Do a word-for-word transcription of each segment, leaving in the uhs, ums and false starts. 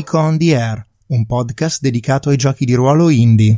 Nico on the Air, un podcast dedicato ai giochi di ruolo indie.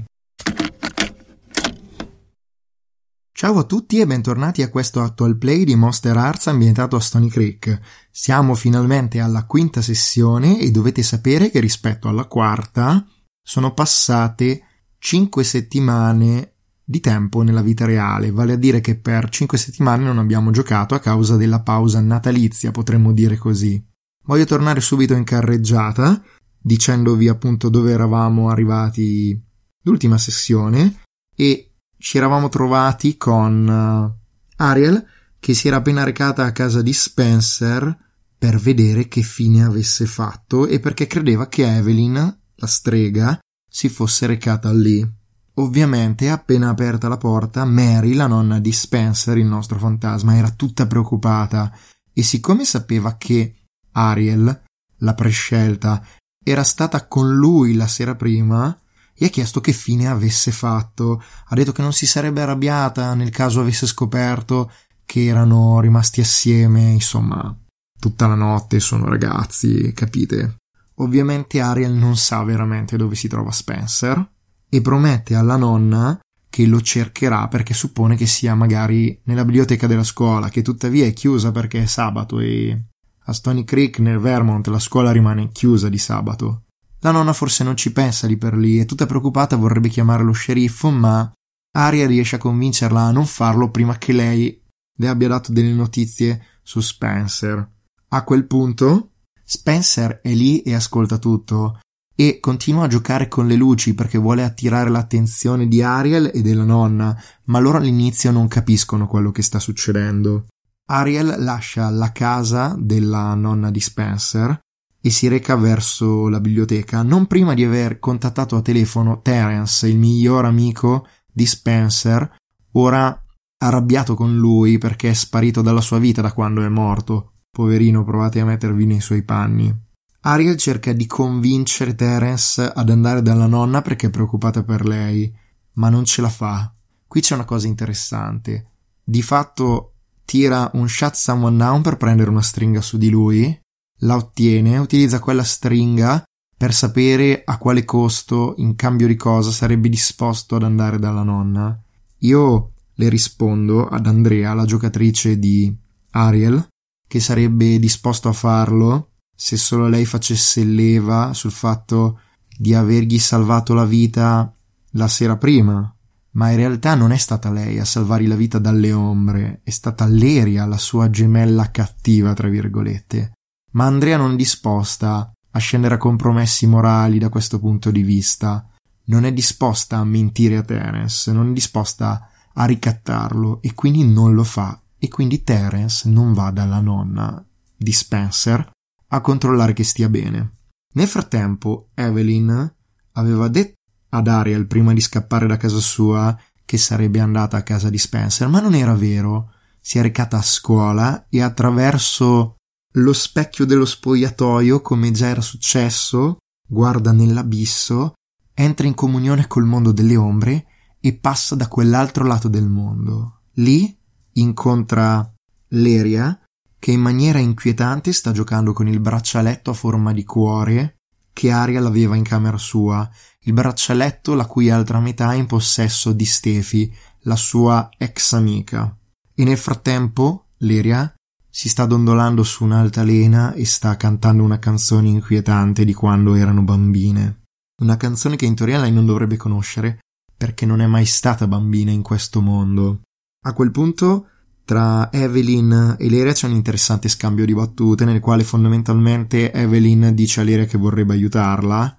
Ciao a tutti e bentornati a questo actual play di Monster Hearts ambientato a Stony Creek. Siamo finalmente alla quinta sessione e dovete sapere che rispetto alla quarta sono passate cinque settimane di tempo nella vita reale, vale a dire che per cinque settimane non abbiamo giocato a causa della pausa natalizia, potremmo dire così. Voglio tornare subito in carreggiata, dicendovi appunto dove eravamo arrivati l'ultima sessione, e ci eravamo trovati con uh, Ariel che si era appena recata a casa di Spencer per vedere che fine avesse fatto e perché credeva che Evelyn, la strega, si fosse recata lì. Ovviamente, appena aperta la porta, Mary, la nonna di Spencer, il nostro fantasma, era tutta preoccupata e siccome sapeva che Ariel, la prescelta, era stata con lui la sera prima, gli ha chiesto che fine avesse fatto. Ha detto che non si sarebbe arrabbiata nel caso avesse scoperto che erano rimasti assieme, insomma, tutta la notte, sono ragazzi, capite? Ovviamente Ariel non sa veramente dove si trova Spencer e promette alla nonna che lo cercherà perché suppone che sia magari nella biblioteca della scuola, che tuttavia è chiusa perché è sabato e a Stony Creek nel Vermont la scuola rimane chiusa di sabato. La nonna forse non ci pensa lì per lì, è tutta preoccupata, vorrebbe chiamare lo sceriffo, ma Ariel riesce a convincerla a non farlo prima che lei le abbia dato delle notizie su Spencer. A quel punto Spencer è lì e ascolta tutto e continua a giocare con le luci perché vuole attirare l'attenzione di Ariel e della nonna, ma loro all'inizio non capiscono quello che sta succedendo. Ariel lascia la casa della nonna di Spencer e si reca verso la biblioteca, non prima di aver contattato a telefono Terence, il miglior amico di Spencer, ora arrabbiato con lui perché è sparito dalla sua vita da quando è morto. Poverino, provate a mettervi nei suoi panni. Ariel cerca di convincere Terence ad andare dalla nonna perché è preoccupata per lei, ma non ce la fa. Qui c'è una cosa interessante. Di fatto tira un shut someone down per prendere una stringa su di lui, la ottiene, utilizza quella stringa per sapere a quale costo, in cambio di cosa, sarebbe disposto ad andare dalla nonna. Io le rispondo ad Andrea, la giocatrice di Ariel, che sarebbe disposto a farlo se solo lei facesse leva sul fatto di avergli salvato la vita la sera prima. Ma in realtà non è stata lei a salvargli la vita dalle ombre, è stata Leria, la sua gemella cattiva, tra virgolette. Ma Andrea non è disposta a scendere a compromessi morali da questo punto di vista, non è disposta a mentire a Terence, non è disposta a ricattarlo e quindi non lo fa. E quindi Terence non va dalla nonna di Spencer a controllare che stia bene. Nel frattempo Evelyn aveva detto ad Ariel prima di scappare da casa sua che sarebbe andata a casa di Spencer, ma non era vero. Si è recata a scuola e attraverso lo specchio dello spogliatoio, come già era successo, guarda nell'abisso, entra in comunione col mondo delle ombre e passa da quell'altro lato del mondo. Lì incontra Leria che in maniera inquietante sta giocando con il braccialetto a forma di cuore che Ariel aveva in camera sua, il braccialetto la cui altra metà è in possesso di Steffi, la sua ex amica. E nel frattempo Leria si sta dondolando su un'altalena e sta cantando una canzone inquietante di quando erano bambine. Una canzone che in teoria lei non dovrebbe conoscere perché non è mai stata bambina in questo mondo. A quel punto tra Evelyn e Leria c'è un interessante scambio di battute nel quale fondamentalmente Evelyn dice a Leria che vorrebbe aiutarla,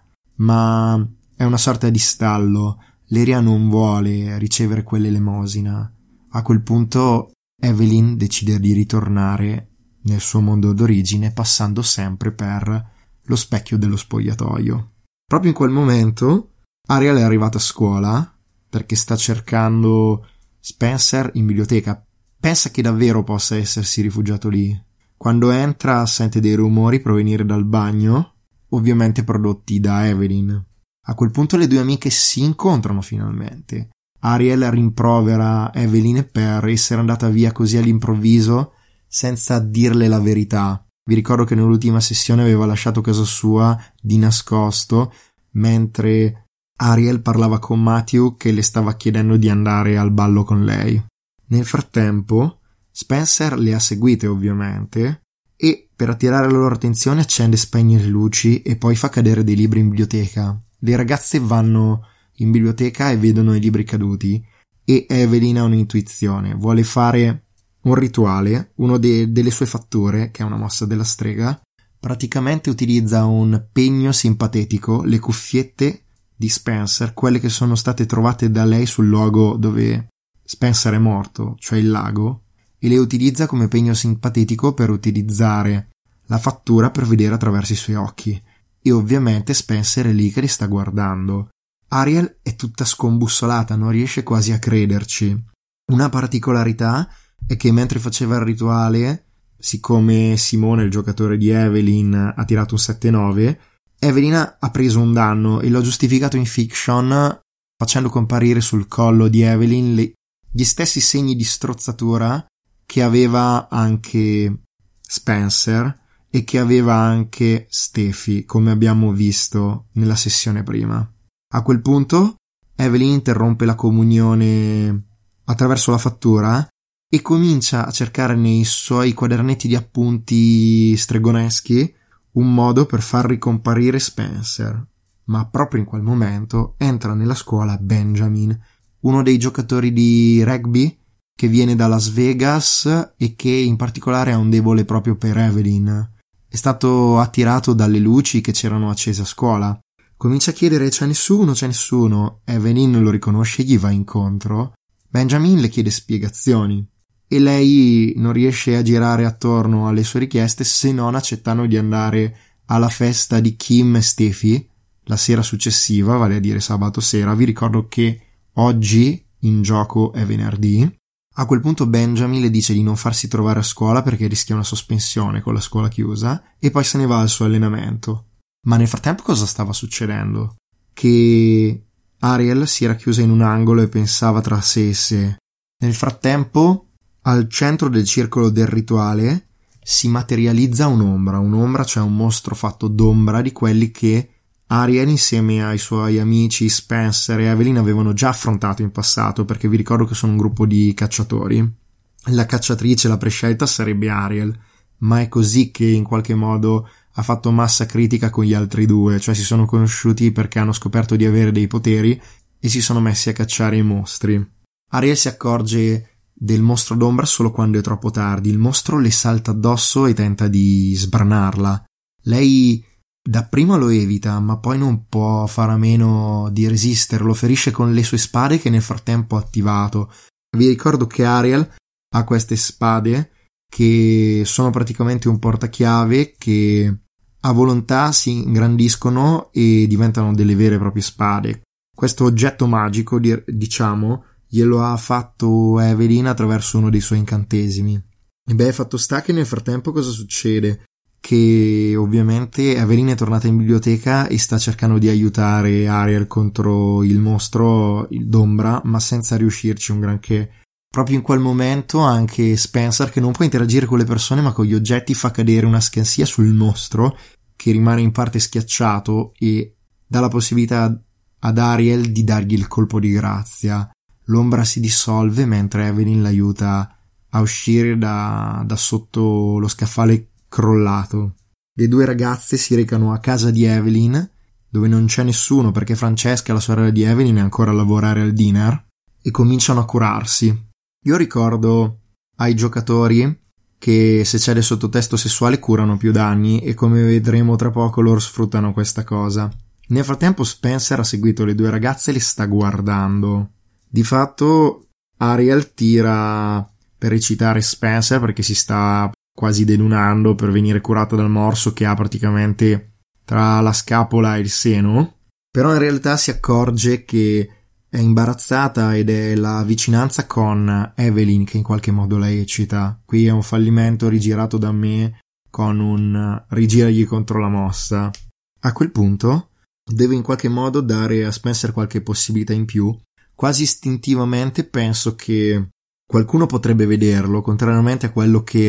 ma è una sorta di stallo. Leria non vuole ricevere quell'elemosina. A quel punto Evelyn decide di ritornare nel suo mondo d'origine passando sempre per lo specchio dello spogliatoio. Proprio in quel momento Ariel è arrivata a scuola perché sta cercando Spencer in biblioteca. Pensa che davvero possa essersi rifugiato lì. Quando entra sente dei rumori provenire dal bagno, ovviamente prodotti da Evelyn. A quel punto le due amiche si incontrano finalmente. Ariel rimprovera Evelyn per essere andata via così all'improvviso senza dirle la verità. Vi ricordo che nell'ultima sessione aveva lasciato casa sua di nascosto mentre Ariel parlava con Matthew che le stava chiedendo di andare al ballo con lei. Nel frattempo Spencer le ha seguite ovviamente e per attirare la loro attenzione accende e spegne le luci e poi fa cadere dei libri in biblioteca. Le ragazze vanno in biblioteca e vedono i libri caduti e Evelyn ha un'intuizione, vuole fare un rituale, uno de- delle sue fatture, che è una mossa della strega, praticamente utilizza un pegno simpatetico, le cuffiette di Spencer, quelle che sono state trovate da lei sul luogo dove Spencer è morto, cioè il lago, e le utilizza come pegno simpatetico per utilizzare la fattura per vedere attraverso i suoi occhi. E ovviamente Spencer è lì che li sta guardando. Ariel è tutta scombussolata, non riesce quasi a crederci. Una particolarità è che mentre faceva il rituale, siccome Simone, il giocatore di Evelyn, ha tirato un sette nove, Evelyn ha preso un danno e l'ho giustificato in fiction facendo comparire sul collo di Evelyn le, gli stessi segni di strozzatura che aveva anche Spencer e che aveva anche Steffi, come abbiamo visto nella sessione prima. A quel punto Evelyn interrompe la comunione attraverso la fattura e comincia a cercare nei suoi quadernetti di appunti stregoneschi un modo per far ricomparire Spencer. Ma proprio in quel momento entra nella scuola Benjamin, uno dei giocatori di rugby che viene da Las Vegas e che in particolare ha un debole proprio per Evelyn. È stato attirato dalle luci che c'erano accese a scuola. Comincia a chiedere: c'è nessuno, c'è nessuno. Evelyn lo riconosce e gli va incontro. Benjamin le chiede spiegazioni e lei non riesce a girare attorno alle sue richieste se non accettando di andare alla festa di Kim e Steffi la sera successiva, vale a dire sabato sera. Vi ricordo che oggi in gioco è venerdì. A quel punto Benjamin le dice di non farsi trovare a scuola perché rischia una sospensione con la scuola chiusa e poi se ne va al suo allenamento. Ma nel frattempo cosa stava succedendo? Che Ariel si era chiusa in un angolo e pensava tra sé e sé. Nel frattempo, al centro del circolo del rituale si materializza un'ombra, un'ombra cioè un mostro fatto d'ombra di quelli che Ariel insieme ai suoi amici Spencer e Evelyn avevano già affrontato in passato, perché vi ricordo che sono un gruppo di cacciatori. La cacciatrice, la prescelta, sarebbe Ariel, ma è così che in qualche modo ha fatto massa critica con gli altri due, cioè si sono conosciuti perché hanno scoperto di avere dei poteri e si sono messi a cacciare i mostri. Ariel si accorge del mostro d'ombra solo quando è troppo tardi. Il mostro le salta addosso e tenta di sbranarla. Lei dapprima lo evita, ma poi non può fare a meno di resistere, lo ferisce con le sue spade che nel frattempo ha attivato. Vi ricordo che Ariel ha queste spade che sono praticamente un portachiave che a volontà si ingrandiscono e diventano delle vere e proprie spade. Questo oggetto magico, diciamo, glielo ha fatto Evelyn attraverso uno dei suoi incantesimi. E beh, fatto sta che nel frattempo cosa succede? Che ovviamente Evelyn è tornata in biblioteca e sta cercando di aiutare Ariel contro il mostro d'ombra, ma senza riuscirci un granché. Proprio in quel momento anche Spencer, che non può interagire con le persone ma con gli oggetti, fa cadere una scansia sul mostro che rimane in parte schiacciato e dà la possibilità ad Ariel di dargli il colpo di grazia. L'ombra si dissolve mentre Evelyn l'aiuta a uscire da, da sotto lo scaffale crollato. Le due ragazze si recano a casa di Evelyn, dove non c'è nessuno perché Francesca, la sorella di Evelyn, è ancora a lavorare al dinner, e cominciano a curarsi. Io ricordo ai giocatori che se c'è del sottotesto sessuale curano più danni e come vedremo tra poco loro sfruttano questa cosa. Nel frattempo Spencer ha seguito le due ragazze e le sta guardando. Di fatto Ariel tira per recitare Spencer perché si sta quasi denunando per venire curata dal morso che ha praticamente tra la scapola e il seno, però in realtà si accorge che è imbarazzata ed è la vicinanza con Evelyn che in qualche modo la eccita. Qui è un fallimento rigirato da me con un rigiragli contro la mossa. A quel punto deve in qualche modo dare a Spencer qualche possibilità in più. Quasi istintivamente penso che qualcuno potrebbe vederlo, contrariamente a quello che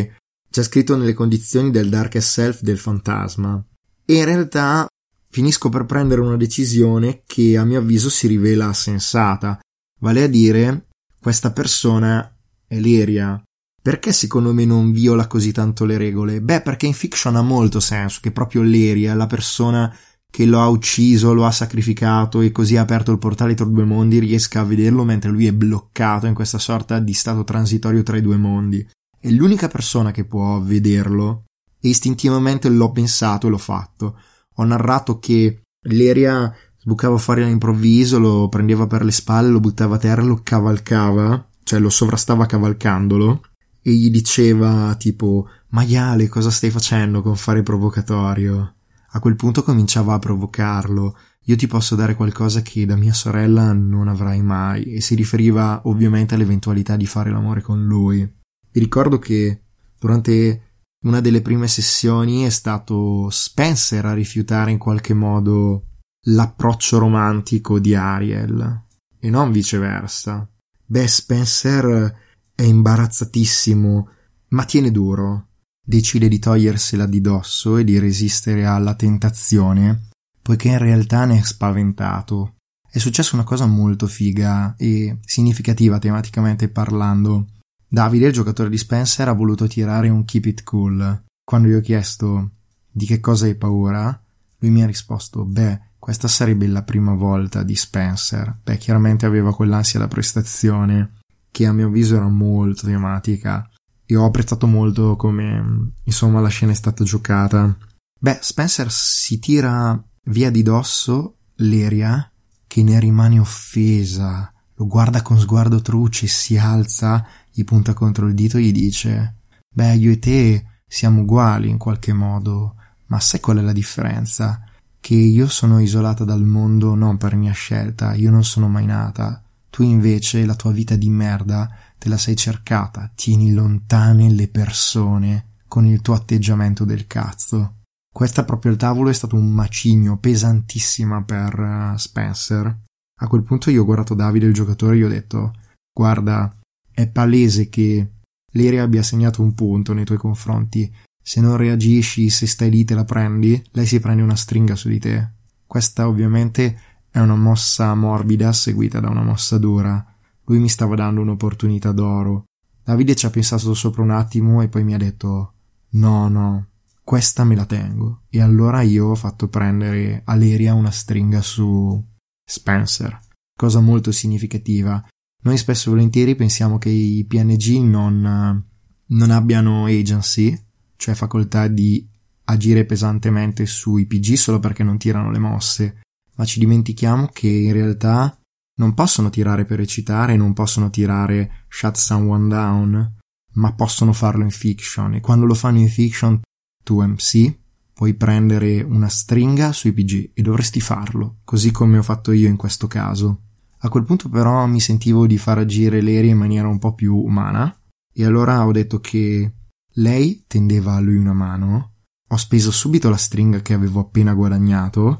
c'è scritto nelle condizioni del darkest self del fantasma, e in realtà finisco per prendere una decisione che a mio avviso si rivela sensata, vale a dire, questa persona è Lyria. Perché secondo me non viola così tanto le regole? Beh, perché in fiction ha molto senso che proprio Lyria, la persona che lo ha ucciso, lo ha sacrificato e così ha aperto il portale tra i due mondi, riesca a vederlo mentre lui è bloccato in questa sorta di stato transitorio tra i due mondi. È l'unica persona che può vederlo e istintivamente l'ho pensato e l'ho fatto. Ho narrato che Lyria sbucava fuori all'improvviso, lo prendeva per le spalle, lo buttava a terra, lo cavalcava, cioè lo sovrastava cavalcandolo, e gli diceva tipo «Maiale, cosa stai facendo con fare provocatorio?» A quel punto cominciava a provocarlo. «Io ti posso dare qualcosa che da mia sorella non avrai mai», e si riferiva ovviamente all'eventualità di fare l'amore con lui. Mi ricordo che durante una delle prime sessioni è stato Spencer a rifiutare in qualche modo l'approccio romantico di Ariel e non viceversa. Beh, Spencer è imbarazzatissimo, ma tiene duro. Decide di togliersela di dosso e di resistere alla tentazione, poiché in realtà ne è spaventato. È successa una cosa molto figa e significativa tematicamente parlando. Davide, il giocatore di Spencer, ha voluto tirare un keep it cool. Quando gli ho chiesto di che cosa hai paura, lui mi ha risposto beh, questa sarebbe la prima volta di Spencer. Beh, chiaramente aveva quell'ansia da prestazione che a mio avviso era molto tematica e ho apprezzato molto come insomma la scena è stata giocata. Beh, Spencer si tira via di dosso Lyria, che ne rimane offesa, lo guarda con sguardo truce, si alza, gli punta contro il dito e gli dice beh, io e te siamo uguali in qualche modo, ma sai qual è la differenza? Che io sono isolata dal mondo non per mia scelta, io non sono mai nata. Tu invece la tua vita di merda te la sei cercata, tieni lontane le persone con il tuo atteggiamento del cazzo. Questa proprio al tavolo è stato un macigno pesantissima per uh, Spencer. A quel punto io ho guardato Davide, il giocatore, e gli ho detto guarda, è palese che Lyria abbia segnato un punto nei tuoi confronti. Se non reagisci, se stai lì te la prendi, lei si prende una stringa su di te. Questa ovviamente è una mossa morbida seguita da una mossa dura. Lui mi stava dando un'opportunità d'oro. Davide ci ha pensato sopra un attimo e poi mi ha detto no, no, questa me la tengo. E allora io ho fatto prendere a Lyria una stringa su Spencer. Cosa molto significativa. Noi spesso e volentieri pensiamo che i P N G non, non abbiano agency, cioè facoltà di agire pesantemente sui P G solo perché non tirano le mosse, ma ci dimentichiamo che in realtà non possono tirare per recitare, non possono tirare shut someone down, ma possono farlo in fiction, e quando lo fanno in fiction tu M C puoi prendere una stringa sui P G e dovresti farlo, così come ho fatto io in questo caso. A quel punto però mi sentivo di far agire Lyria in maniera un po' più umana, e allora ho detto che lei tendeva a lui una mano, ho speso subito la stringa che avevo appena guadagnato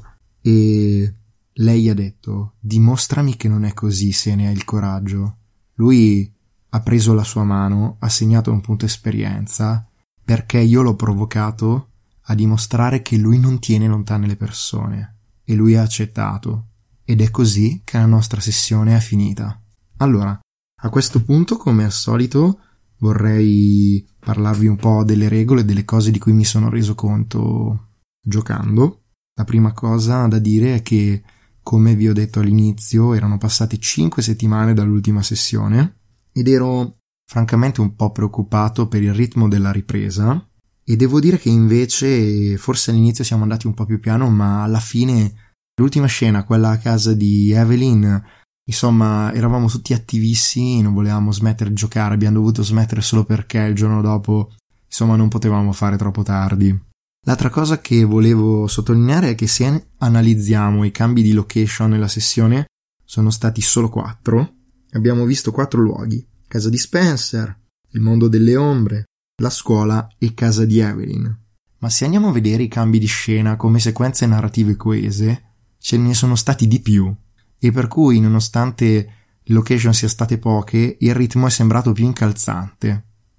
e lei ha detto dimostrami che non è così se ne hai il coraggio. Lui ha preso la sua mano, ha segnato un punto esperienza perché io l'ho provocato a dimostrare che lui non tiene lontane le persone, e lui ha accettato, ed è così che la nostra sessione è finita. Allora, a questo punto, come al solito, vorrei parlarvi un po' delle regole, delle cose di cui mi sono reso conto giocando. La prima cosa da dire è che, come vi ho detto all'inizio, erano passate cinque settimane dall'ultima sessione ed ero francamente un po' preoccupato per il ritmo della ripresa, e devo dire che invece forse all'inizio siamo andati un po' più piano, ma alla fine l'ultima scena, quella a casa di Evelyn, insomma eravamo tutti attivissimi, non volevamo smettere di giocare, abbiamo dovuto smettere solo perché il giorno dopo insomma non potevamo fare troppo tardi. L'altra cosa che volevo sottolineare è che se analizziamo i cambi di location nella sessione sono stati solo quattro. Abbiamo visto quattro luoghi: casa di Spencer, il mondo delle ombre, la scuola e casa di Evelyn. Ma se andiamo a vedere i cambi di scena come sequenze narrative coese, ce ne sono stati di più, e per cui nonostante le location sia state poche, il ritmo è sembrato più incalzante.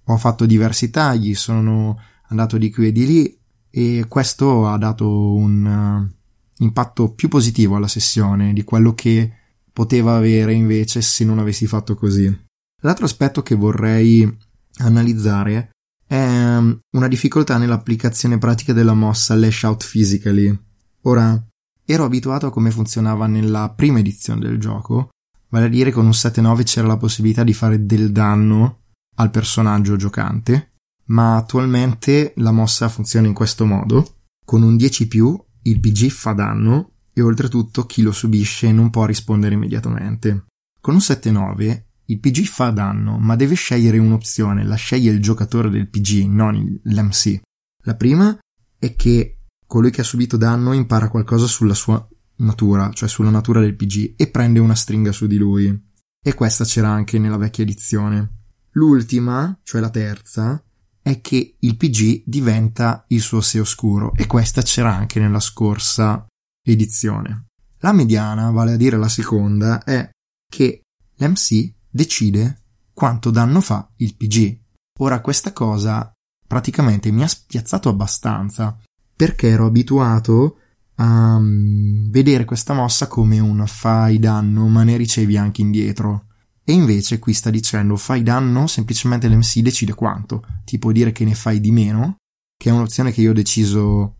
ho fatto diversi tagli, sono andato di qui e di lì e questo ha dato un uh, impatto più positivo alla sessione di quello che poteva avere invece se non avessi fatto così. L'altro aspetto che vorrei analizzare è um, una difficoltà nell'applicazione pratica della mossa Lash Out Physically. Ora, ero abituato a come funzionava nella prima edizione del gioco, vale a dire con un sette nove c'era la possibilità di fare del danno al personaggio giocante, ma attualmente la mossa funziona in questo modo: con un dieci più il P G fa danno e oltretutto chi lo subisce non può rispondere immediatamente. Con un sette nove il P G fa danno, ma deve scegliere un'opzione, la sceglie il giocatore del P G, non l'M C. La prima è che colui che ha subito danno impara qualcosa sulla sua natura, cioè sulla natura del P G, e prende una stringa su di lui. E questa c'era anche nella vecchia edizione. L'ultima, cioè la terza, è che il P G diventa il suo sé oscuro, e questa c'era anche nella scorsa edizione. La mediana, vale a dire la seconda, è che l'M C decide quanto danno fa il P G. Ora questa cosa praticamente mi ha spiazzato abbastanza, perché ero abituato a um, vedere questa mossa come un fai danno ma ne ricevi anche indietro. E invece qui sta dicendo fai danno, semplicemente l'M C decide quanto. Ti può dire che ne fai di meno, che è un'opzione che io ho deciso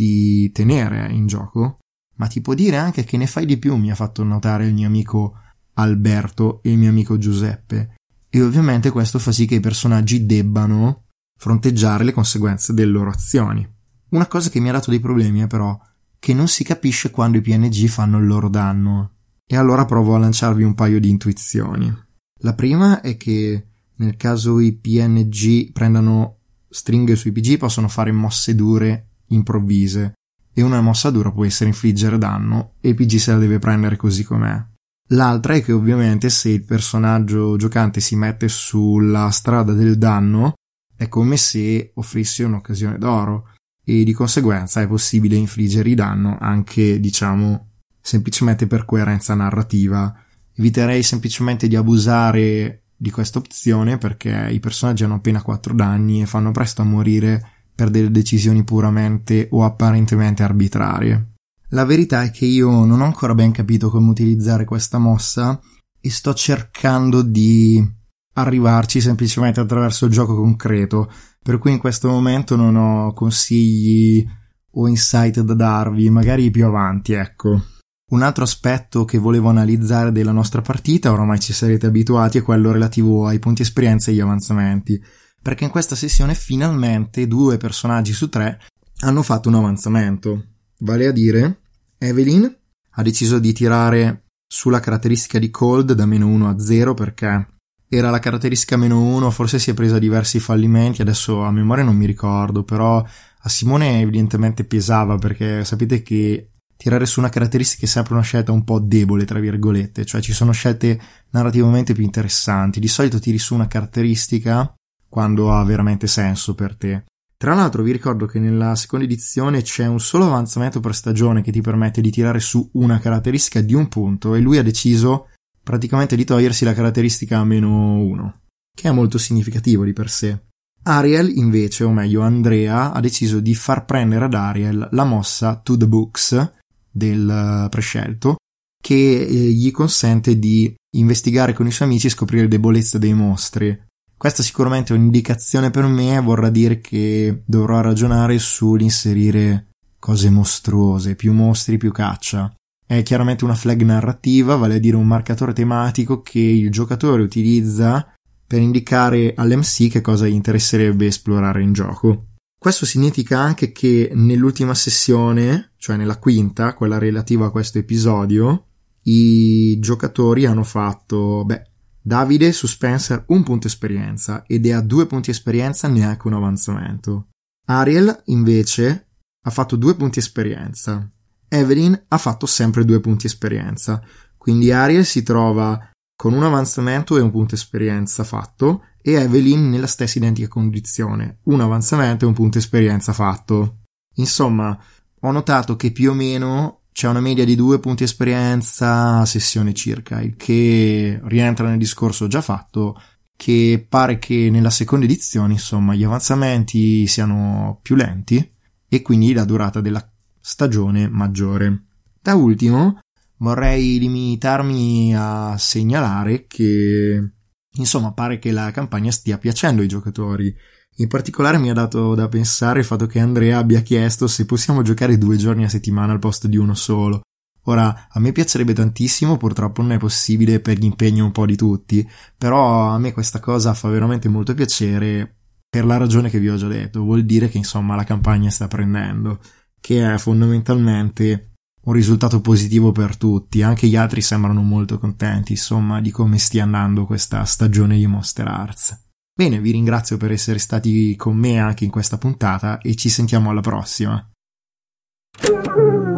di tenere in gioco, ma ti può dire anche che ne fai di più, mi ha fatto notare il mio amico Alberto e il mio amico Giuseppe. E ovviamente questo fa sì che i personaggi debbano fronteggiare le conseguenze delle loro azioni. Una cosa che mi ha dato dei problemi è però che non si capisce quando i P N G fanno il loro danno. E allora provo a lanciarvi un paio di intuizioni. La prima è che nel caso i P N G prendano stringhe sui P G possono fare mosse dure improvvise, e una mossa dura può essere infliggere danno e il P G se la deve prendere così com'è. L'altra è che ovviamente se il personaggio giocante si mette sulla strada del danno è come se offrisse un'occasione d'oro, e di conseguenza è possibile infliggere i danno anche, diciamo, semplicemente per coerenza narrativa. Eviterei semplicemente di abusare di questa opzione, perché i personaggi hanno appena quattro danni e fanno presto a morire per delle decisioni puramente o apparentemente arbitrarie. La verità è che io non ho ancora ben capito come utilizzare questa mossa e sto cercando di arrivarci semplicemente attraverso il gioco concreto, per cui in questo momento non ho consigli o insight da darvi, magari più avanti, ecco. Un altro aspetto che volevo analizzare della nostra partita, oramai ci sarete abituati, è quello relativo ai punti esperienza e agli avanzamenti, perché in questa sessione finalmente due personaggi su tre hanno fatto un avanzamento, vale a dire Evelyn ha deciso di tirare sulla caratteristica di Cold da meno uno a zero, perché era la caratteristica meno uno, forse si è presa diversi fallimenti, adesso a memoria non mi ricordo, però a Simone evidentemente pesava, perché sapete che tirare su una caratteristica è sempre una scelta un po' debole, tra virgolette, cioè ci sono scelte narrativamente più interessanti. Di solito tiri su una caratteristica quando ha veramente senso per te. Tra l'altro vi ricordo che nella seconda edizione c'è un solo avanzamento per stagione che ti permette di tirare su una caratteristica di un punto, e lui ha deciso praticamente di togliersi la caratteristica a meno uno, che è molto significativo di per sé. Ariel invece, o meglio Andrea, ha deciso di far prendere ad Ariel la mossa To the Books del prescelto, che gli consente di investigare con i suoi amici e scoprire le debolezze dei mostri. Questa sicuramente è un'indicazione per me, vorrà dire che dovrò ragionare sull'inserire cose mostruose, più mostri, più caccia. È chiaramente una flag narrativa, vale a dire un marcatore tematico che il giocatore utilizza per indicare all'M C che cosa gli interesserebbe esplorare in gioco. Questo significa anche che nell'ultima sessione, cioè nella quinta, quella relativa a questo episodio, i giocatori hanno fatto, beh, Davide su Spencer un punto esperienza ed è a due punti esperienza neanche un avanzamento. Ariel invece ha fatto due punti esperienza. Evelyn ha fatto sempre due punti esperienza. Quindi Ariel si trova con un avanzamento e un punto esperienza fatto, e Evelyn nella stessa identica condizione, un avanzamento e un punto esperienza fatto. Insomma, ho notato che più o meno c'è una media di due punti esperienza a sessione circa, il che rientra nel discorso già fatto che pare che nella seconda edizione, insomma, gli avanzamenti siano più lenti e quindi la durata della stagione maggiore. Da ultimo, vorrei limitarmi a segnalare che, insomma, pare che la campagna stia piacendo ai giocatori. In particolare mi ha dato da pensare il fatto che Andrea abbia chiesto se possiamo giocare due giorni a settimana al posto di uno solo. Ora, a me piacerebbe tantissimo, purtroppo non è possibile per gli impegni un po' di tutti, però a me questa cosa fa veramente molto piacere per la ragione che vi ho già detto. Vuol dire che, insomma, la campagna sta prendendo, che è fondamentalmente un risultato positivo per tutti. Anche gli altri sembrano molto contenti, insomma, di come stia andando questa stagione di Monster Hearts. Bene, vi ringrazio per essere stati con me anche in questa puntata e ci sentiamo alla prossima.